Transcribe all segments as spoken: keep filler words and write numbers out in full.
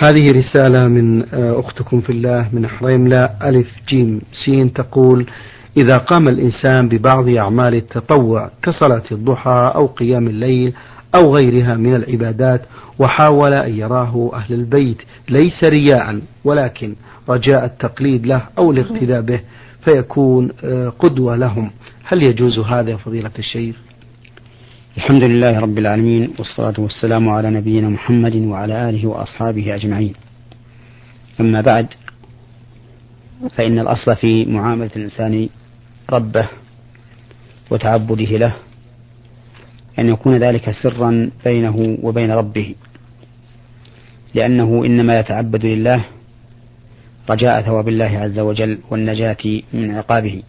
هذه رسالة من أختكم في الله من حريملة ألف جيم سين تقول: إذا قام الإنسان ببعض أعمال التطوع كصلاة الضحى أو قيام الليل أو غيرها من العبادات وحاول أن يراه أهل البيت ليس رياء ولكن رجاء التقليد له أو الاقتداء به فيكون قدوة لهم، هل يجوز هذا فضيلة الشيخ؟ الحمد لله رب العالمين، والصلاة والسلام على نبينا محمد وعلى آله وأصحابه أجمعين. أما بعد، فإن الأصل في معاملة الإنسان ربه وتعبده له أن يكون ذلك سرا بينه وبين ربه، لأنه إنما يتعبد لله رجاء ثواب الله عز وجل والنجاة من عقابه،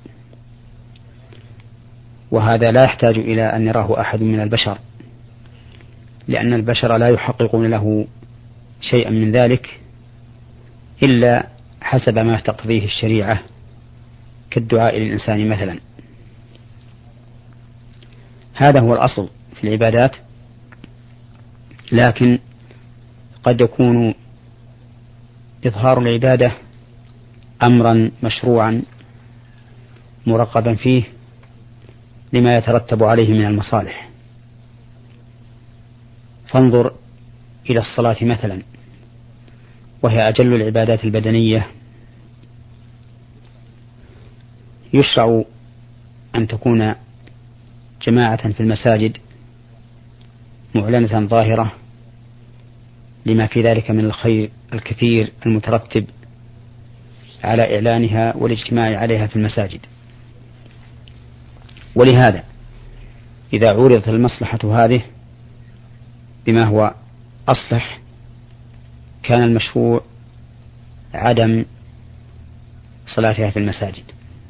وهذا لا يحتاج إلى أن يراه أحد من البشر، لأن البشر لا يحققون له شيئا من ذلك إلا حسب ما تقتضيه الشريعة كالدعاء للإنسان مثلا. هذا هو الأصل في العبادات، لكن قد يكون إظهار العبادة أمرا مشروعا مرغبا فيه لما يترتب عليه من المصالح. فانظر إلى الصلاة مثلا، وهي أجل العبادات البدنية، يشرع أن تكون جماعة في المساجد معلنة ظاهرة لما في ذلك من الخير الكثير المترتب على إعلانها والاجتماع عليها في المساجد. ولهذا إذا عرضت المصلحة هذه بما هو أصلح كان المشروع عدم صلاتها في المساجد،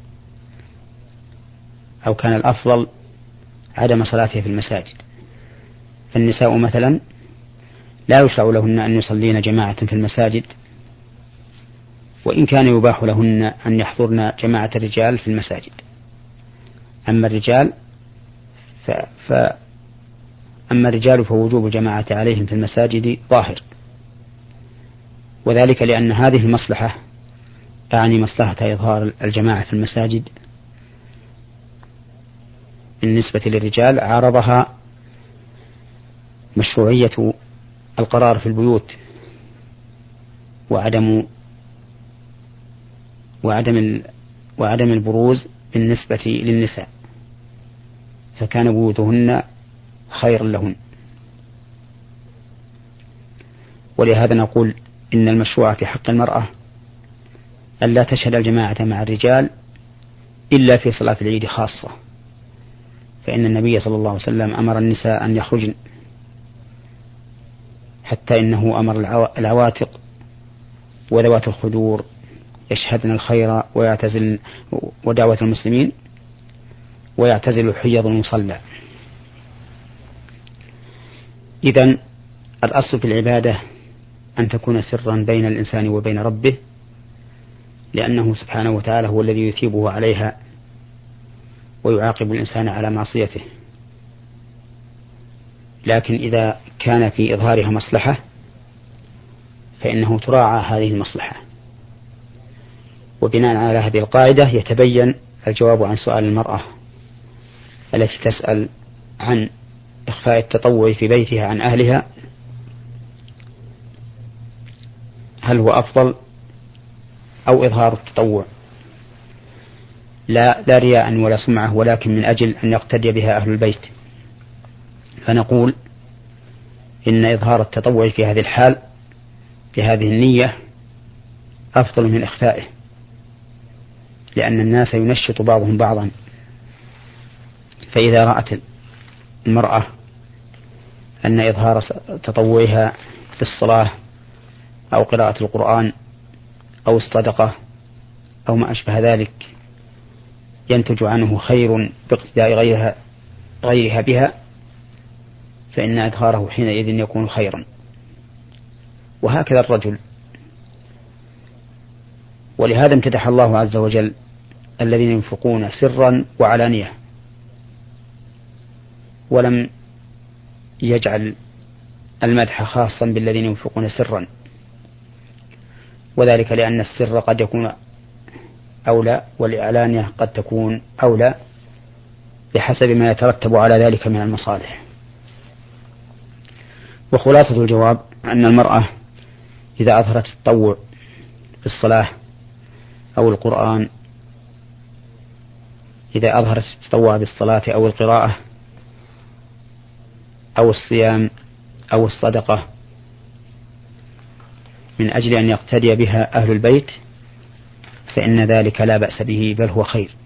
أو كان الأفضل عدم صلاتها في المساجد. فالنساء مثلا لا يشرع لهن أن يصلين جماعة في المساجد، وإن كان يباح لهن أن يحضرن جماعة الرجال في المساجد. أما الرجال ف... ف... أما الرجال فوجوب الجماعة عليهم في المساجد ظاهر، وذلك لأن هذه المصلحة أعني مصلحة إظهار الجماعة في المساجد بالنسبة للرجال عارضها مشروعية القرار في البيوت وعدم وعدم وعدم البروز بالنسبة للنساء، فكان بيوتهن خيرا لهن. ولهذا نقول إن المشروع في حق المرأة ألا تشهد الجماعة مع الرجال إلا في صلاة العيد خاصة، فإن النبي صلى الله عليه وسلم أمر النساء أن يخرجن، حتى إنه أمر العواتق وذوات الخدور يشهدن الخير ويعتزل ودعوة المسلمين ويعتزل حيض المصلى. إذن الأصل في العبادة أن تكون سرا بين الإنسان وبين ربه، لأنه سبحانه وتعالى هو الذي يثيبه عليها ويعاقب الإنسان على معصيته. لكن إذا كان في إظهارها مصلحة فإنه تراعى هذه المصلحة. وبناء على هذه القاعدة يتبين الجواب عن سؤال المرأة التي تسأل عن إخفاء التطوع في بيتها عن أهلها، هل هو أفضل أو إظهار التطوع؟ لا لا رياء ولا سمعة، ولكن من أجل أن يقتدي بها أهل البيت. فنقول إن إظهار التطوع في هذه الحال بهذه النية أفضل من إخفائه، لأن الناس ينشط بعضهم بعضا. فإذا رأت المرأة أن إظهار تطوعها في الصلاة أو قراءة القرآن أو الصدقة أو ما أشبه ذلك ينتج عنه خير باقتداء غيرها, غيرها بها، فإن إظهاره حينئذ يكون خيرا. وهكذا الرجل. ولهذا امتدح الله عز وجل الذين ينفقون سرا وعلانية، ولم يجعل المدح خاصا بالذين ينفقون سرا، وذلك لأن السر قد يكون أولى والإعلانية قد تكون أولى بحسب ما يترتب على ذلك من المصالح. وخلاصة الجواب أن المرأة إذا أظهرت التطوع في الصلاة أو القرآن إذا أظهرت التطوع بالصلاة أو القراءة أو الصيام أو الصدقة من أجل أن يقتدي بها أهل البيت فإن ذلك لا بأس به بل هو خير.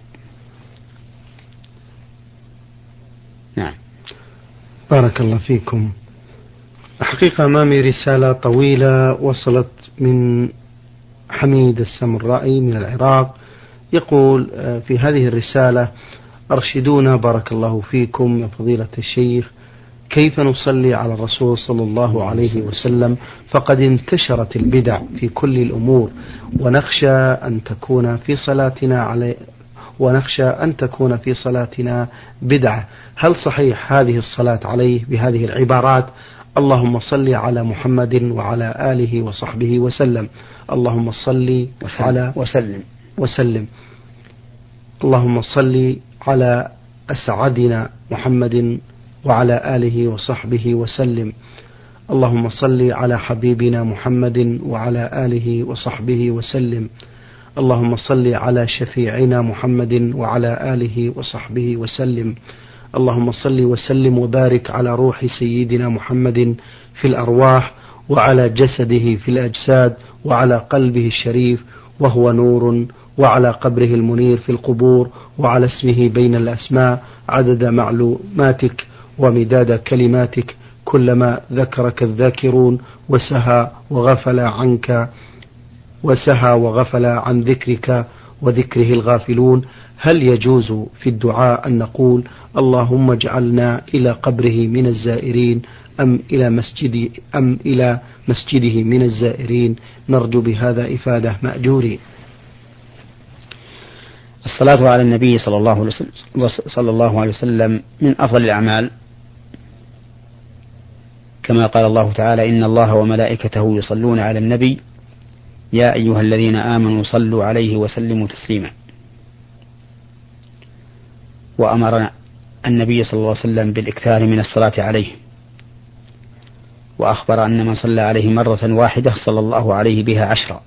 نعم. بارك الله فيكم. حقيقة أمامي رسالة طويلة وصلت من حميد السمرائي من العراق، يقول في هذه الرسالة: أرشدونا بارك الله فيكم يا فضيلة الشيخ، كيف نصلي على الرسول صلى الله عليه وسلم، فقد انتشرت البدع في كل الأمور، ونخشى أن تكون في صلاتنا عليه ونخشى أن تكون في صلاتنا بدعة. هل صحيح هذه الصلاة عليه بهذه العبارات: اللهم صل على محمد وعلى آله وصحبه وسلم، اللهم صل على وسلم وسلم اللهم صل على أسعدنا محمد وعلى آله وصحبه وسلم، اللهم صل على حبيبنا محمد وعلى آله وصحبه وسلم، اللهم صل على شفيعنا محمد وعلى آله وصحبه وسلم، اللهم صل وسلم وبارك على روح سيدنا محمد في الأرواح وعلى جسده في الأجساد وعلى قلبه الشريف وهو نور وعلى قبره المنير في القبور وعلى اسمه بين الأسماء عدد معلوماتك ومداد كلماتك، كلما ذكرك الذاكرون وسهى وغفل عنك وسهى وغفل عن ذكرك وذكره الغافلون. هل يجوز في الدعاء أن نقول اللهم اجعلنا إلى قبره من الزائرين أم إلى مسجد أم إلى مسجده من الزائرين؟ نرجو بهذا إفادة مأجورين. الصلاة على النبي صلى الله عليه وسلم, صلى الله عليه وسلم من أفضل الأعمال، كما قال الله تعالى: إن الله وملائكته يصلون على النبي يا أيها الذين آمنوا صلوا عليه وسلموا تسليما. وأمر النبي صلى الله عليه وسلم بالإكثار من الصلاة عليه، وأخبر أن من صلى عليه مرة واحدة صلى الله عليه بها عشرا.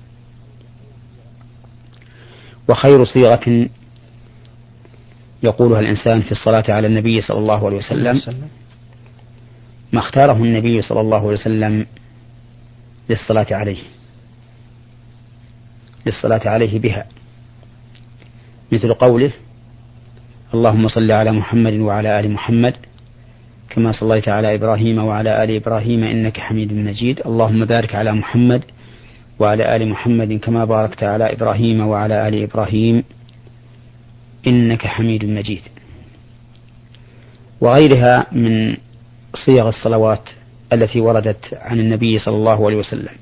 وخير صيغة يقولها الإنسان في الصلاة على النبي صلى الله عليه وسلم ما اختاره النبي صلى الله عليه وسلم للصلاة عليه للصلاة عليه بها، مثل قوله: اللهم صل على محمد وعلى آل محمد كما صليت على إبراهيم وعلى آل إبراهيم إنك حميد مجيد، اللهم بارك على محمد وعلى آل محمد كما باركت على إبراهيم وعلى آل إبراهيم إنك حميد مجيد. وغيرها من صيغ الصلوات التي وردت عن النبي صلى الله عليه وسلم.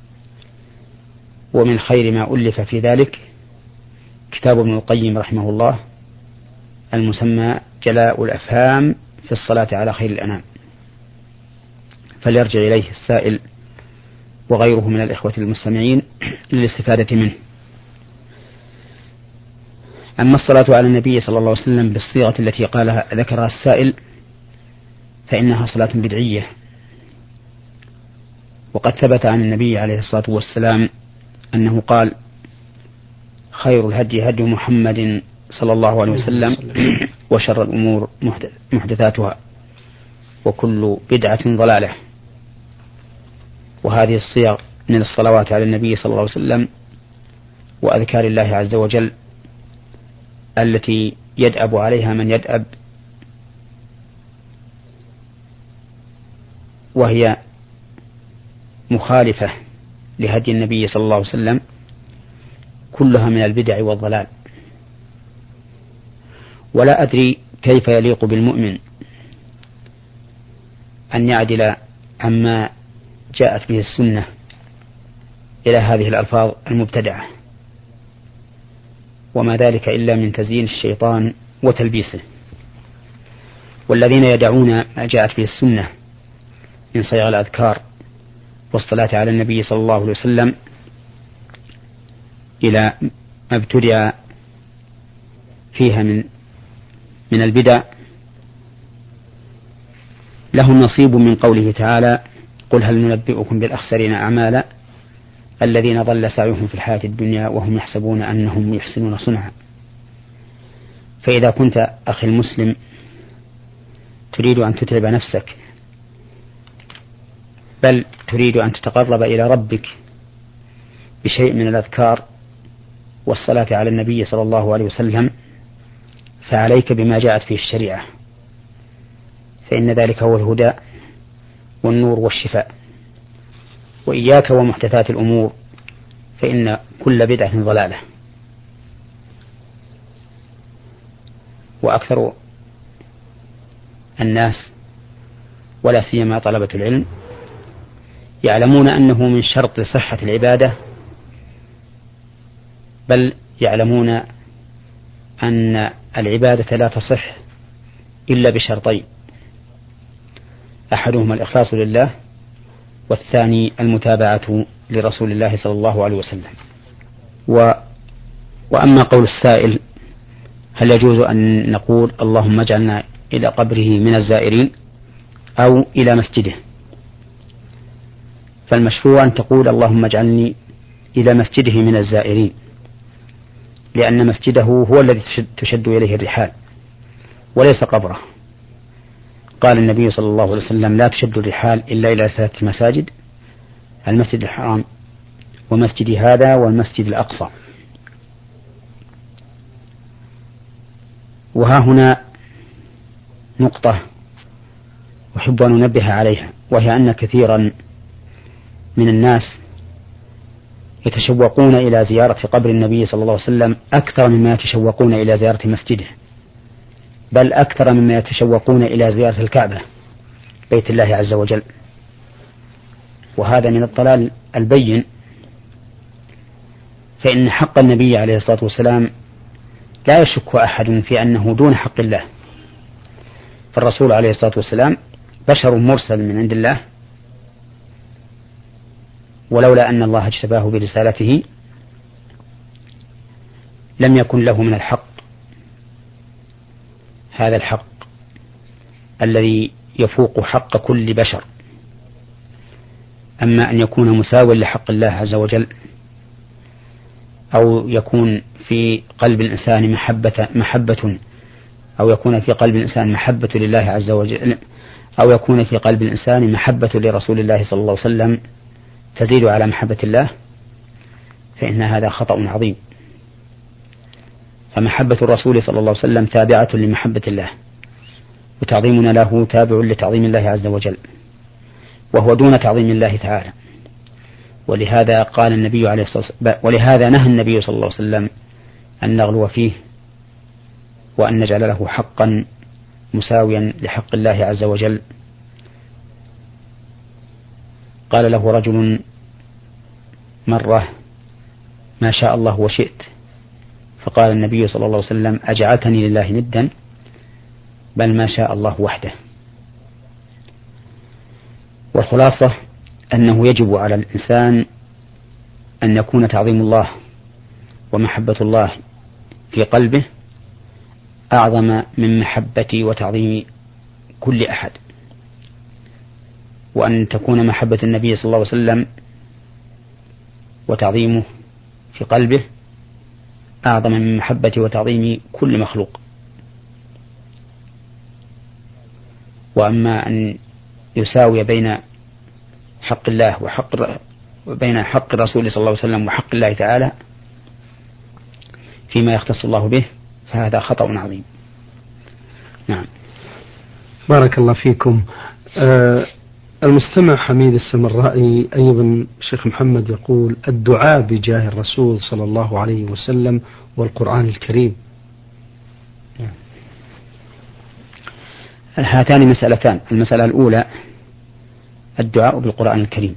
ومن خير ما ألف في ذلك كتاب ابن القيم رحمه الله المسمى جلاء الأفهام في الصلاة على خير الأنام، فليرجع إليه السائل وغيره من الإخوة المستمعين للاستفادة منه. أما الصلاة على النبي صلى الله عليه وسلم بالصيغة التي قالها ذكرها السائل فإنها صلاة بدعية، وقد ثبت عن النبي عليه الصلاة والسلام أنه قال: خير الهدي هدي محمد صلى الله عليه وسلم وشر الأمور محدثاتها وكل بدعة ضلالة. وهذه الصيغ من الصلوات على النبي صلى الله عليه وسلم وأذكار الله عز وجل التي يدأب عليها من يدأب، وهي مخالفة لهدي النبي صلى الله عليه وسلم، كلها من البدع والضلال. ولا أدري كيف يليق بالمؤمن أن يعدل عما جاءت به السنة إلى هذه الألفاظ المبتدعة، وما ذلك إلا من تزيين الشيطان وتلبيسه. والذين يدعون ما جاءت به السنة من صيغ الأذكار والصلاة على النبي صلى الله عليه وسلم إلى ما ابتدع فيها من من البدع له نصيب من قوله تعالى: قل هل ننبئكم بالأخسرين أعمالا الذين ضل سعيهم في الحياة الدنيا وهم يحسبون أنهم يحسنون صنعا. فإذا كنت أخي المسلم تريد أن تتعب نفسك بل تريد أن تتقرب إلى ربك بشيء من الأذكار والصلاة على النبي صلى الله عليه وسلم فعليك بما جاءت فيه الشريعة، فإن ذلك هو الهدى والنور والشفاء. وإياك ومحدثات الأمور فإن كل بدعة ضلالة. وأكثر الناس ولا سيما طلبة العلم يعلمون أنه من شرط صحة العبادة، بل يعلمون أن العبادة لا تصح إلا بشرطين: أحدهما الإخلاص لله، والثاني المتابعة لرسول الله صلى الله عليه وسلم. و وأما قول السائل: هل يجوز أن نقول اللهم اجعلنا إلى قبره من الزائرين أو إلى مسجده؟ فالمشروع أن تقول اللهم اجعلني إلى مسجده من الزائرين، لأن مسجده هو الذي تشد إليه الرحال وليس قبره. قال النبي صلى الله عليه وسلم: لا تشد الرحال إلا إلى ثلاثة مساجد: المسجد الحرام ومسجد هذا والمسجد الأقصى. وها هنا نقطة أحب أن أنبه عليها، وهي أن كثيرا من الناس يتشوقون إلى زيارة قبر النبي صلى الله عليه وسلم أكثر مما يتشوقون إلى زيارة مسجده، بل أكثر مما يتشوقون إلى زيارة الكعبة بيت الله عز وجل. وهذا من الضلال البين، فإن حق النبي عليه الصلاة والسلام لا يشك أحد في أنه دون حق الله، فالرسول عليه الصلاة والسلام بشر مرسل من عند الله، ولولا أن الله اجتباه برسالته لم يكن له من الحق هذا الحق الذي يفوق حق كل بشر. أما أن يكون مساوٍ لحق الله عز وجل، أو يكون في قلب الإنسان محبة محبة أو يكون في قلب الإنسان محبة لله عز وجل، أو يكون في قلب الإنسان محبة لرسول الله صلى الله عليه وسلم تزيد على محبة الله، فإن هذا خطأ عظيم. فمحبة الرسول صلى الله عليه وسلم تابعة لمحبة الله، وتعظيمنا له تابع لتعظيم الله عز وجل، وهو دون تعظيم الله تعالى. ولهذا قال النبي عليه الصلاة والسلام، ولهذا نهى النبي صلى الله عليه وسلم أن نغلو فيه، وأن نجعل له حقا مساويا لحق الله عز وجل. قال له رجل مرة: ما شاء الله وشئت. فقال النبي صلى الله عليه وسلم: أجعلتني لله ندا؟ بل ما شاء الله وحده. والخلاصة أنه يجب على الإنسان أن يكون تعظيم الله ومحبة الله في قلبه أعظم من محبة وتعظيم كل أحد، وأن تكون محبة النبي صلى الله عليه وسلم وتعظيمه في قلبه أعظم من محبة وتعظيم كل مخلوق. وأما أن يساوي بين حق الله وحق وبين حق الرسول صلى الله عليه وسلم وحق الله تعالى فيما يختص الله به، فهذا خطأ عظيم. نعم. بارك الله فيكم. آه المستمع حميد السمرائي أيضا شيخ محمد يقول: الدعاء بجاه الرسول صلى الله عليه وسلم والقرآن الكريم. نعم. هاتان مسألتان: المسألة الأولى الدعاء بالقرآن الكريم.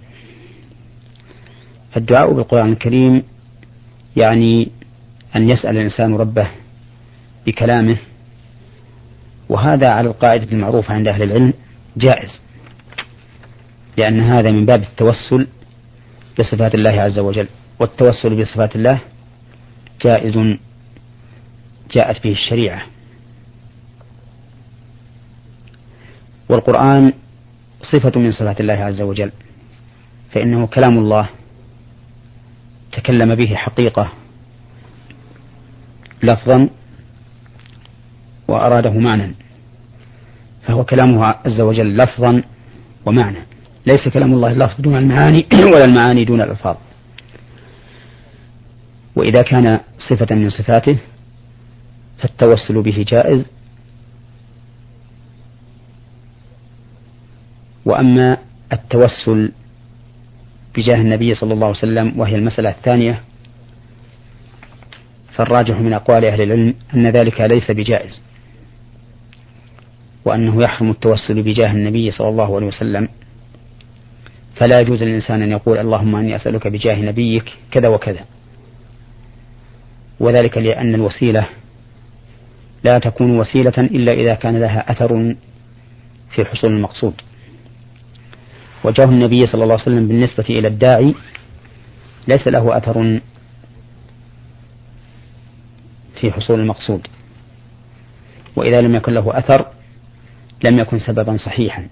فالدعاء بالقرآن الكريم يعني أن يسأل الإنسان ربه بكلامه، وهذا على القاعدة المعروفة عند أهل العلم جائز، لأن هذا من باب التوسل بصفات الله عز وجل، والتوسل بصفات الله جائز جاءت به الشريعة. والقرآن صفة من صفات الله عز وجل، فإنه كلام الله تكلم به حقيقة لفظا وأراده معنى، فهو كلامه عز وجل لفظا ومعنى، ليس كلام الله اللفظ دون المعاني ولا المعاني دون الألفاظ. وإذا كان صفة من صفاته فالتوسل به جائز. وأما التوسل بجاه النبي صلى الله عليه وسلم وهي المسألة الثانية فالراجح من أقوال أهل العلم أن ذلك ليس بجائز، وأنه يحرم التوسل بجاه النبي صلى الله عليه وسلم، فلا يجوز للإنسان أن يقول اللهم أني أسألك بجاه نبيك كذا وكذا، وذلك لأن الوسيلة لا تكون وسيلة إلا إذا كان لها أثر في حصول المقصود. وجاه النبي صلى الله عليه وسلم بالنسبة إلى الداعي ليس له أثر في حصول المقصود، وإذا لم يكن له أثر لم يكن سببا صحيحا.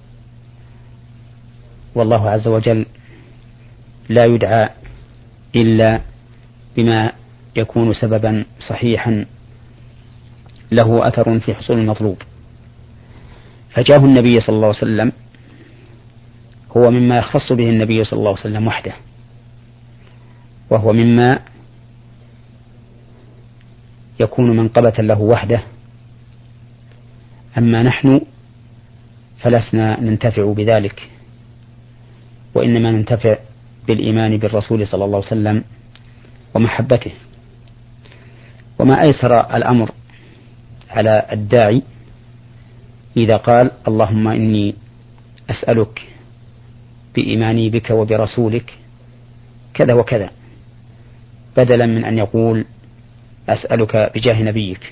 والله عز وجل لا يدعى إلا بما يكون سببا صحيحا له أثر في حصول المطلوب. فجاه النبي صلى الله عليه وسلم هو مما يختص به النبي صلى الله عليه وسلم وحده، وهو مما يكون منقبة له وحده. أما نحن فلسنا ننتفع بذلك، وإنما ننتفع بالإيمان بالرسول صلى الله عليه وسلم ومحبته. وما أيسر الأمر على الداعي إذا قال اللهم إني أسألك بإيماني بك وبرسولك كذا وكذا، بدلا من أن يقول أسألك بجاه نبيك.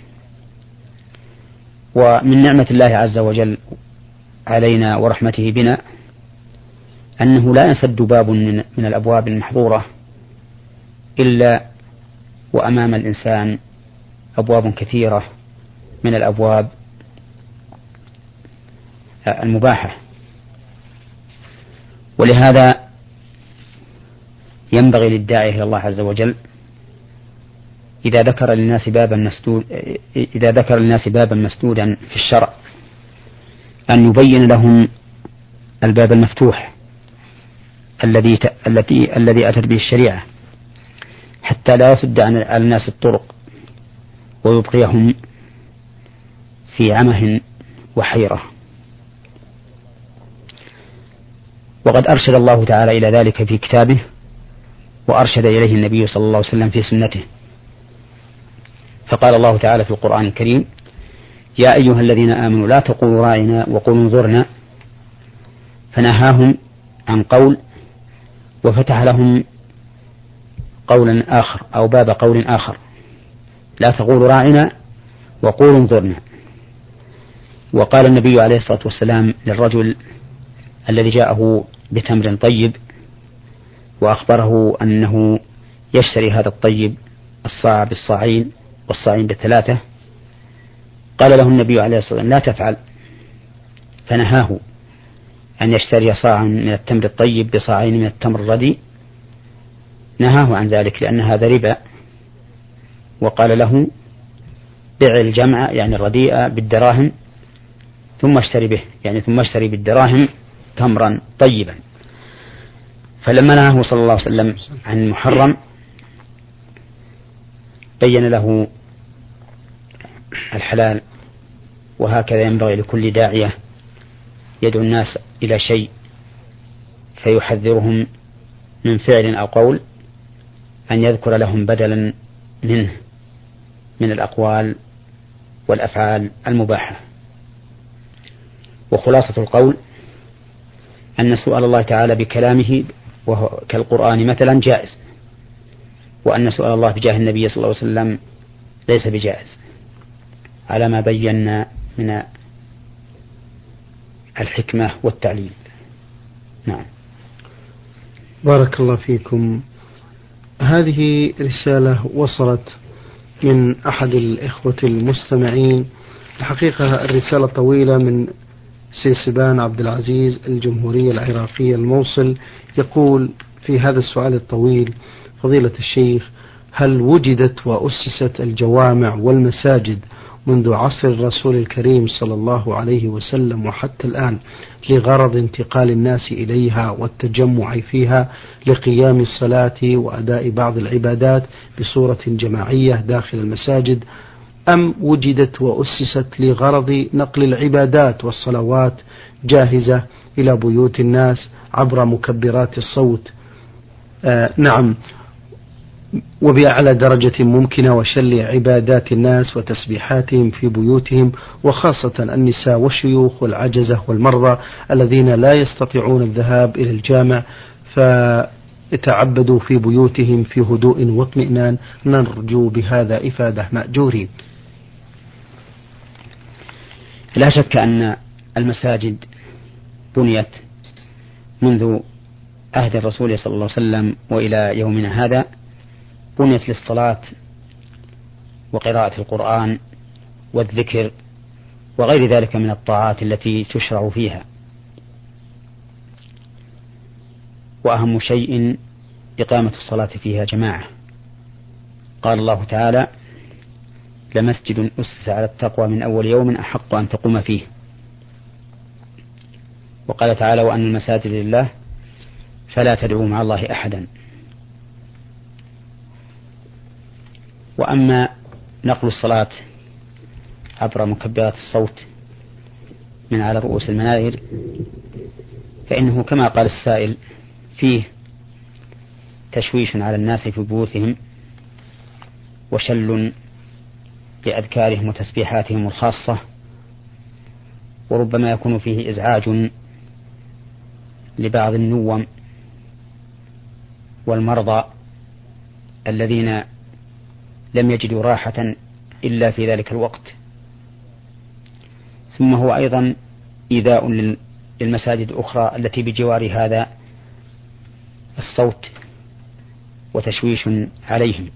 ومن نعمة الله عز وجل علينا ورحمته بنا أنه لا ينسد باب من, من الأبواب المحظورة إلا وأمام الإنسان أبواب كثيرة من الأبواب المباحة. ولهذا ينبغي للداعي إلى الله عز وجل إذا ذكر للناس بابا مسدود إذا ذكر للناس بابا مسدودا في الشرع أن يبين لهم الباب المفتوح الذي الذي الذي أتت به الشريعة، حتى لا يسد عن الناس الطرق ويبقيهم في عمه وحيرة. وقد أرشد الله تعالى إلى ذلك في كتابه، وأرشد إليه النبي صلى الله عليه وسلم في سنته. فقال الله تعالى في القرآن الكريم: يا أيها الذين آمنوا لا تقولوا راعنا وقولوا انظرنا، فنهاهم عن قول وفتح لهم قولا آخر أو باب قول آخر: لا تقولوا راعنا وقولوا انظرنا. وقال النبي عليه الصلاة والسلام للرجل الذي جاءه بتمر طيب وأخبره أنه يشتري هذا الطيب الصاع بالصاعين والصاعين بالثلاثة، قال له النبي عليه الصلاة والسلام: لا تفعل. فنهاه أن يشتري صاعا من التمر الطيب بصاعين من التمر الردي، نهاه عن ذلك لأن هذا ربا. وقال له: بع الجمع يعني الرديء بالدراهم ثم اشتري به، يعني ثم اشتري بالدراهم تمرا طيبا. فلما نهاه صلى الله عليه وسلم عن المحرم بين له الحلال. وهكذا ينبغي لكل داعية يدعو الناس إلى شيء فيحذرهم من فعل أو قول أن يذكر لهم بدلا منه من الأقوال والأفعال المباحة. وخلاصة القول أن سؤال الله تعالى بكلامه وهو كالقرآن مثلا جائز، وأن سؤال الله بجاه النبي صلى الله عليه وسلم ليس بجائز، على ما بينا من الحكمة والتعليل. نعم. بارك الله فيكم. هذه رسالة وصلت من أحد الإخوة المستمعين. الحقيقة الرسالة طويلة، من سيسبان عبد العزيز، الجمهورية العراقية، الموصل. يقول في هذا السؤال الطويل: فضيلة الشيخ، هل وجدت وأسست الجوامع والمساجد منذ عصر الرسول الكريم صلى الله عليه وسلم وحتى الآن لغرض انتقال الناس إليها والتجمع فيها لقيام الصلاة وأداء بعض العبادات بصورة جماعية داخل المساجد، أم وجدت وأسست لغرض نقل العبادات والصلوات جاهزة إلى بيوت الناس عبر مكبرات الصوت؟ آه نعم، وبأعلى درجة ممكنة، وشل عبادات الناس وتسبيحاتهم في بيوتهم، وخاصة النساء والشيوخ والعجزة والمرضى الذين لا يستطيعون الذهاب إلى الجامع فيتعبدوا في بيوتهم في هدوء واطمئنان. نرجو بهذا إفادة مأجورين. لا شك أن المساجد بنيت منذ عهد الرسول صلى الله عليه وسلم وإلى يومنا هذا، بنيت للصلاة وقراءة القرآن والذكر وغير ذلك من الطاعات التي تشرع فيها. وأهم شيء إقامة الصلاة فيها جماعة. قال الله تعالى: لمسجد أسس على التقوى من أول يوم أحق أن تقوم فيه. وقال تعالى: وأن المساجد لله فلا تدعوا مع الله أحدا. وأما نقل الصلاة عبر مكبرات الصوت من على رؤوس المنابر فإنه كما قال السائل فيه تشويش على الناس في بيوتهم وشل لأذكارهم وتسبيحاتهم الخاصة، وربما يكون فيه إزعاج لبعض النوم والمرضى الذين لم يجدوا راحة إلا في ذلك الوقت. ثم هو أيضا إيذاء للمساجد الأخرى التي بجوار هذا الصوت وتشويش عليهم.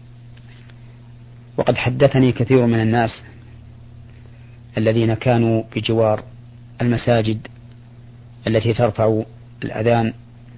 وقد حدثني كثير من الناس الذين كانوا بجوار المساجد التي ترفع الأذان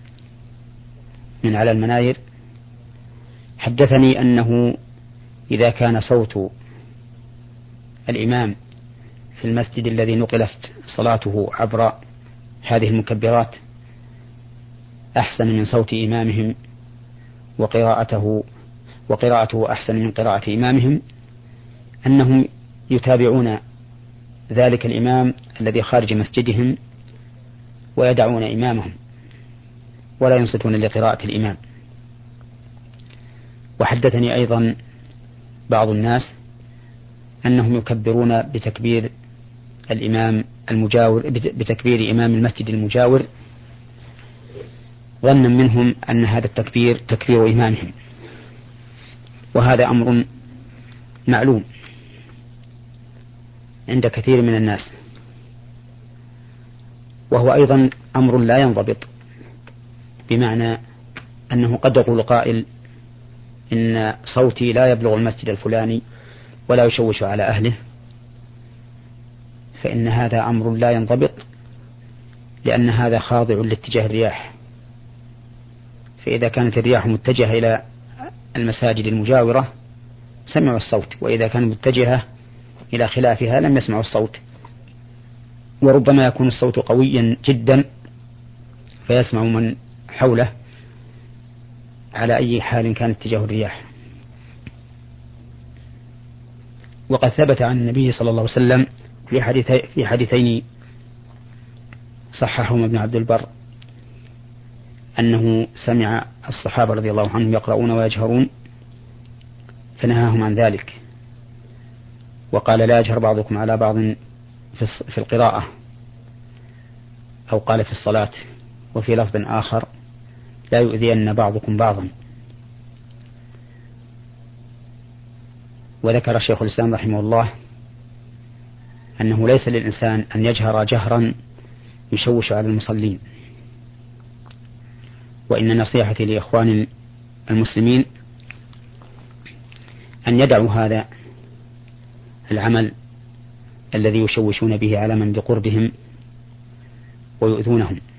من على المناير، حدثني أنه إذا كان صوت الإمام في المسجد الذي نقلت صلاته عبر هذه المكبرات أحسن من صوت إمامهم وقراءته وقراءته أحسن من قراءة إمامهم، أنهم يتابعون ذلك الإمام الذي خارج مسجدهم ويدعون إمامهم ولا ينصتون لقراءة الإمام. وحدثني أيضا بعض الناس أنهم يكبرون بتكبير الإمام المجاور بتكبير إمام المسجد المجاور ظنا منهم أن هذا التكبير تكبير إمامهم، وهذا أمر معلوم عند كثير من الناس، وهو أيضا أمر لا ينضبط، بمعنى أنه قد يقول قائل إن صوتي لا يبلغ المسجد الفلاني ولا يشوش على أهله، فإن هذا أمر لا ينضبط، لأن هذا خاضع لاتجاه الرياح. فإذا كانت الرياح متجهة إلى المساجد المجاورة سمعوا الصوت، وإذا كانت متجهة إلى خلافها لم يسمعوا الصوت. وربما يكون الصوت قويا جدا فيسمع من حوله على أي حال كان اتجاه الرياح. وقد ثبت عن النبي صلى الله عليه وسلم في حديثي في حديثين صححهما ابن عبد البر أنه سمع الصحابة رضي الله عنهم يقرؤون ويجهرون فنهاهم عن ذلك، وقال: لا يجهر بعضكم على بعض في القراءة، أو قال في الصلاة، وفي لفظ آخر: لا يؤذين بعضكم بعضا. وذكر شيخ الإسلام رحمه الله أنه ليس للإنسان أن يجهر جهرا يشوش على المصلين، وإن نصيحتي لإخواني المسلمين أن يدعوا هذا العمل الذي يشوشون به على من بقربهم ويؤذونهم،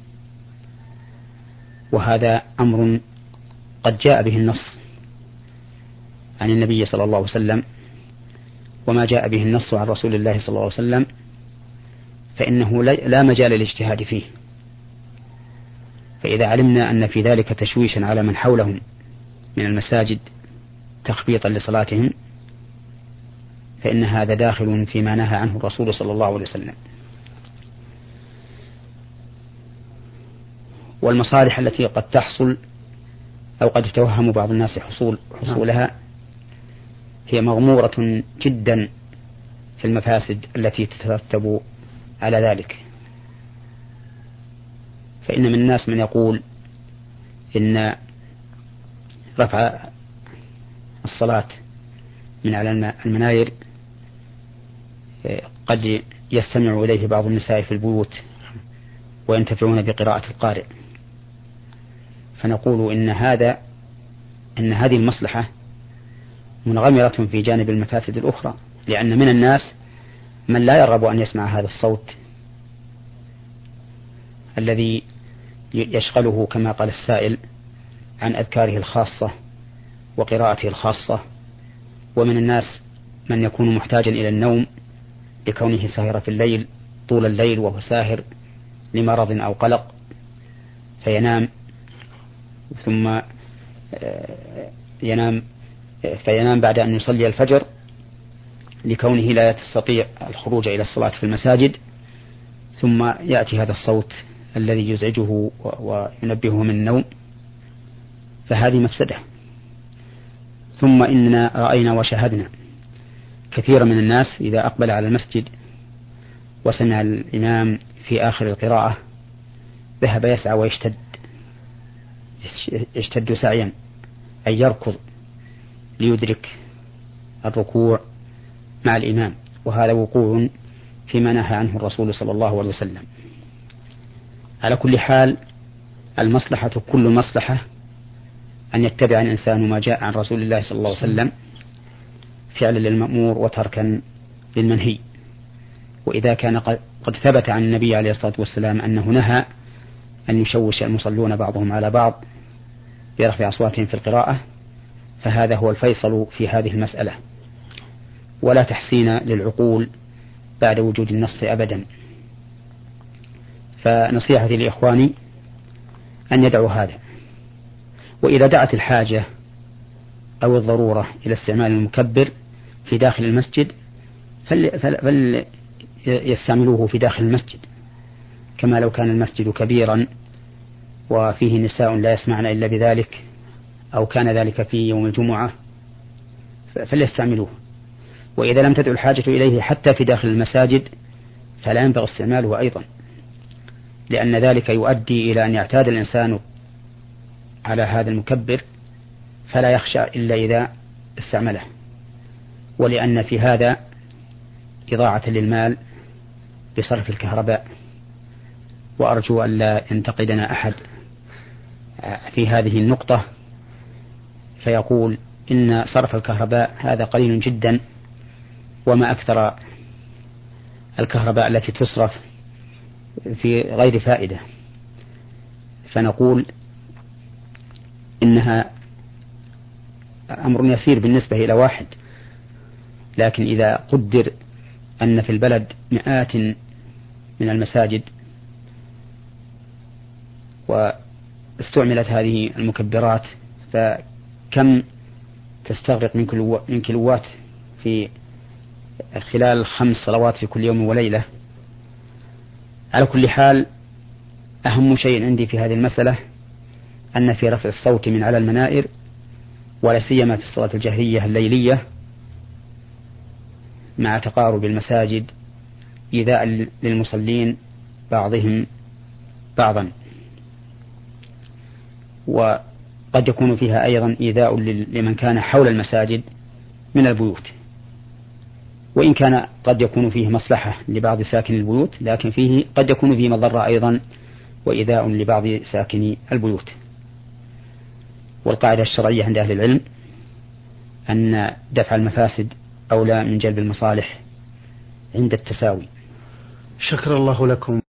وهذا أمر قد جاء به النص عن النبي صلى الله عليه وسلم، وما جاء به النص عن رسول الله صلى الله عليه وسلم فإنه لا مجال للاجتهاد فيه. فإذا علمنا أن في ذلك تشويشا على من حولهم من المساجد تخبيطا لصلاتهم فإن هذا داخل فيما نهى عنه الرسول صلى الله عليه وسلم. والمصالح التي قد تحصل أو قد يتوهم بعض الناس حصول حصولها هي مغمورة جدا في المفاسد التي تترتب على ذلك. فإن من الناس من يقول إن رفع الصلاة من على المناير قد يستمع إليه بعض النساء في البيوت وينتفعون بقراءة القارئ، فنقول إن هذا إن هذه المصلحة منغمرة في جانب المفاسد الأخرى، لأن من الناس من لا يرغب أن يسمع هذا الصوت الذي يشغله كما قال السائل عن أذكاره الخاصة وقراءته الخاصة. ومن الناس من يكون محتاجا إلى النوم لكونه ساهر في الليل طول الليل وهو ساهر لمرض أو قلق فينام ثم ينام فينام بعد أن يصلي الفجر لكونه لا يستطيع الخروج إلى الصلاة في المساجد، ثم يأتي هذا الصوت الذي يزعجه وينبهه من النوم، فهذه مفسدة. ثم إننا رأينا وشاهدنا كثير من الناس إذا أقبل على المسجد وسمع الإمام في آخر القراءة ذهب يسعى ويشتد يشتد سعيا أي يركض ليدرك الركوع مع الإمام، وهذا وقوع فيما نهى عنه الرسول صلى الله عليه وسلم. على كل حال المصلحة كل مصلحة أن يتبع الإنسان ما جاء عن رسول الله صلى الله عليه وسلم فعلا للمأمور وتركا للمنهي. وإذا كان قد ثبت عن النبي عليه الصلاة والسلام أنه نهى أن يشوش المصلون بعضهم على بعض برفع أصواتهم في القراءة فهذا هو الفيصل في هذه المسألة، ولا تحسين للعقول بعد وجود النص أبدا. فنصيحتي لإخواني أن يدعوا هذا، وإذا دعت الحاجة أو الضرورة إلى استعمال المكبر في داخل المسجد فليستعملوه في داخل المسجد، كما لو كان المسجد كبيرا وفيه نساء لا يسمعن إلا بذلك أو كان ذلك في يوم الجمعة فليستعملوه. وإذا لم تدع الحاجة إليه حتى في داخل المساجد فلا ينبغي استعماله أيضا، لأن ذلك يؤدي إلى أن يعتاد الإنسان على هذا المكبر فلا يخشى إلا إذا استعمله، ولأن في هذا إضاعة للمال بصرف الكهرباء. وأرجو أن لا ينتقدنا أحد في هذه النقطة فيقول إن صرف الكهرباء هذا قليل جدا وما أكثر الكهرباء التي تصرف في غير فائدة. فنقول إنها أمر يسير بالنسبة إلى واحد، لكن إذا قدر أن في البلد مئات من المساجد واستعملت هذه المكبرات فكم تستغرق من كيلوات في خلال خمس صلوات في كل يوم وليلة. على كل حال أهم شيء عندي في هذه المسألة أن في رفع الصوت من على المنائر ولا سيما في الصلاة الجهرية الليلية مع تقارب المساجد إيذاء للمصلين بعضهم بعضا، وقد يكون فيها أيضا إيذاء لمن كان حول المساجد من البيوت، وإن كان قد يكون فيه مصلحة لبعض ساكن البيوت لكن فيه قد يكون فيه مضرة أيضا وإيذاء لبعض ساكني البيوت. والقاعدة الشرعية عند أهل العلم أن دفع المفاسد أولى من جلب المصالح عند التساوي. شكر الله لكم.